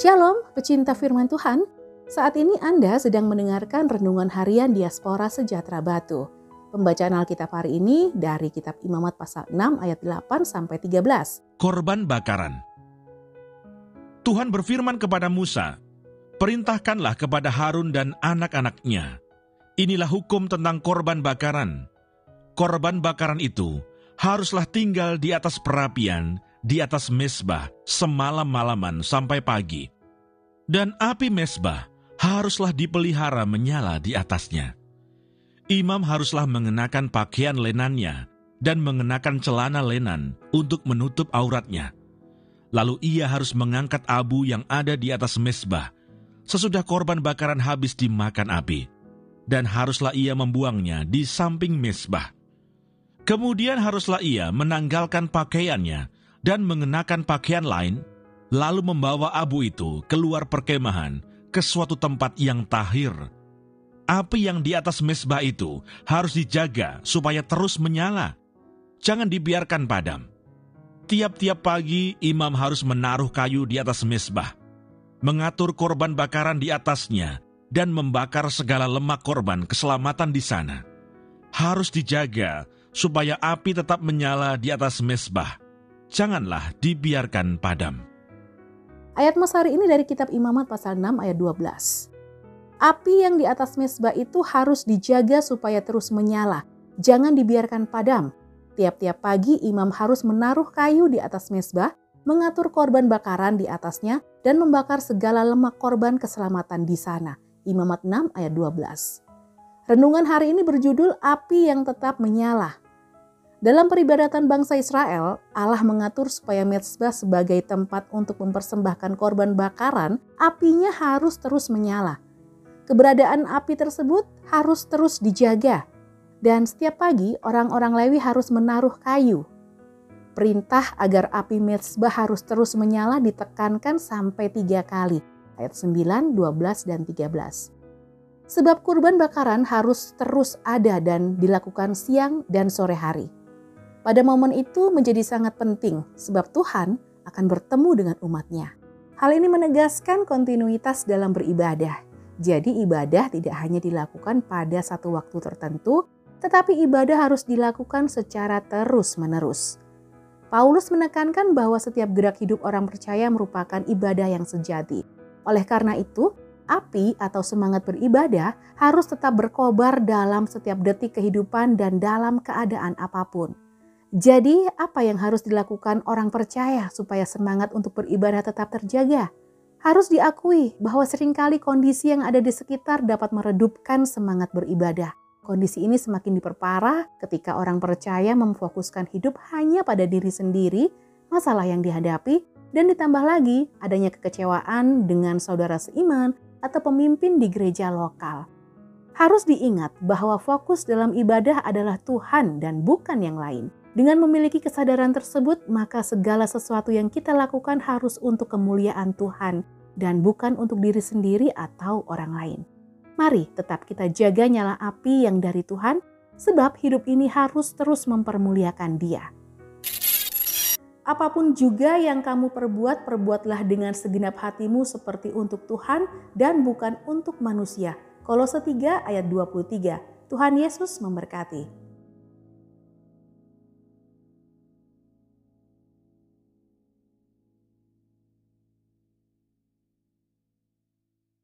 Shalom, pecinta firman Tuhan. Saat ini Anda sedang mendengarkan Renungan Harian Diaspora Sejahtera Batu. Pembacaan Alkitab hari ini dari Kitab Imamat pasal 6 ayat 8-13. Korban bakaran. Tuhan berfirman kepada Musa, "Perintahkanlah kepada Harun dan anak-anaknya. Inilah hukum tentang korban bakaran. Korban bakaran itu haruslah tinggal di atas perapian, di atas mezbah semalam-malaman sampai pagi. Dan api mezbah haruslah dipelihara menyala di atasnya. Imam haruslah mengenakan pakaian lenannya dan mengenakan celana lenan untuk menutup auratnya. Lalu ia harus mengangkat abu yang ada di atas mezbah sesudah korban bakaran habis dimakan api, dan haruslah ia membuangnya di samping mezbah. Kemudian haruslah ia menanggalkan pakaiannya dan mengenakan pakaian lain, lalu membawa abu itu keluar perkemahan ke suatu tempat yang tahir. Api yang di atas mezbah itu harus dijaga supaya terus menyala. Jangan dibiarkan padam. Tiap-tiap pagi imam harus menaruh kayu di atas mezbah, mengatur korban bakaran di atasnya, dan membakar segala lemak korban keselamatan di sana. Harus dijaga supaya api tetap menyala di atas mezbah. Janganlah dibiarkan padam." Ayat Mas hari ini dari Kitab Imamat pasal 6 ayat 12. Api yang di atas mezbah itu harus dijaga supaya terus menyala. Jangan dibiarkan padam. Tiap-tiap pagi imam harus menaruh kayu di atas mezbah, mengatur korban bakaran di atasnya, dan membakar segala lemak korban keselamatan di sana. Imamat 6 ayat 12. Renungan hari ini berjudul Api yang tetap menyala. Dalam peribadatan bangsa Israel, Allah mengatur supaya mezbah sebagai tempat untuk mempersembahkan korban bakaran, apinya harus terus menyala. Keberadaan api tersebut harus terus dijaga. Dan setiap pagi orang-orang Lewi harus menaruh kayu. Perintah agar api mezbah harus terus menyala ditekankan sampai 3 kali, ayat 9, 12, dan 13. Sebab kurban bakaran harus terus ada dan dilakukan siang dan sore hari. Pada momen itu menjadi sangat penting sebab Tuhan akan bertemu dengan umatnya. Hal ini menegaskan kontinuitas dalam beribadah. Jadi ibadah tidak hanya dilakukan pada satu waktu tertentu, tetapi ibadah harus dilakukan secara terus-menerus. Paulus menekankan bahwa setiap gerak hidup orang percaya merupakan ibadah yang sejati. Oleh karena itu, api atau semangat beribadah harus tetap berkobar dalam setiap detik kehidupan dan dalam keadaan apapun. Jadi, apa yang harus dilakukan orang percaya supaya semangat untuk beribadah tetap terjaga? Harus diakui bahwa seringkali kondisi yang ada di sekitar dapat meredupkan semangat beribadah. Kondisi ini semakin diperparah ketika orang percaya memfokuskan hidup hanya pada diri sendiri, masalah yang dihadapi, dan ditambah lagi adanya kekecewaan dengan saudara seiman atau pemimpin di gereja lokal. Harus diingat bahwa fokus dalam ibadah adalah Tuhan dan bukan yang lain. Dengan memiliki kesadaran tersebut, maka segala sesuatu yang kita lakukan harus untuk kemuliaan Tuhan dan bukan untuk diri sendiri atau orang lain. Mari tetap kita jaga nyala api yang dari Tuhan, sebab hidup ini harus terus mempermuliakan Dia. Apapun juga yang kamu perbuat, perbuatlah dengan segenap hatimu seperti untuk Tuhan dan bukan untuk manusia. Kolose 3 ayat 23. Tuhan Yesus memberkati.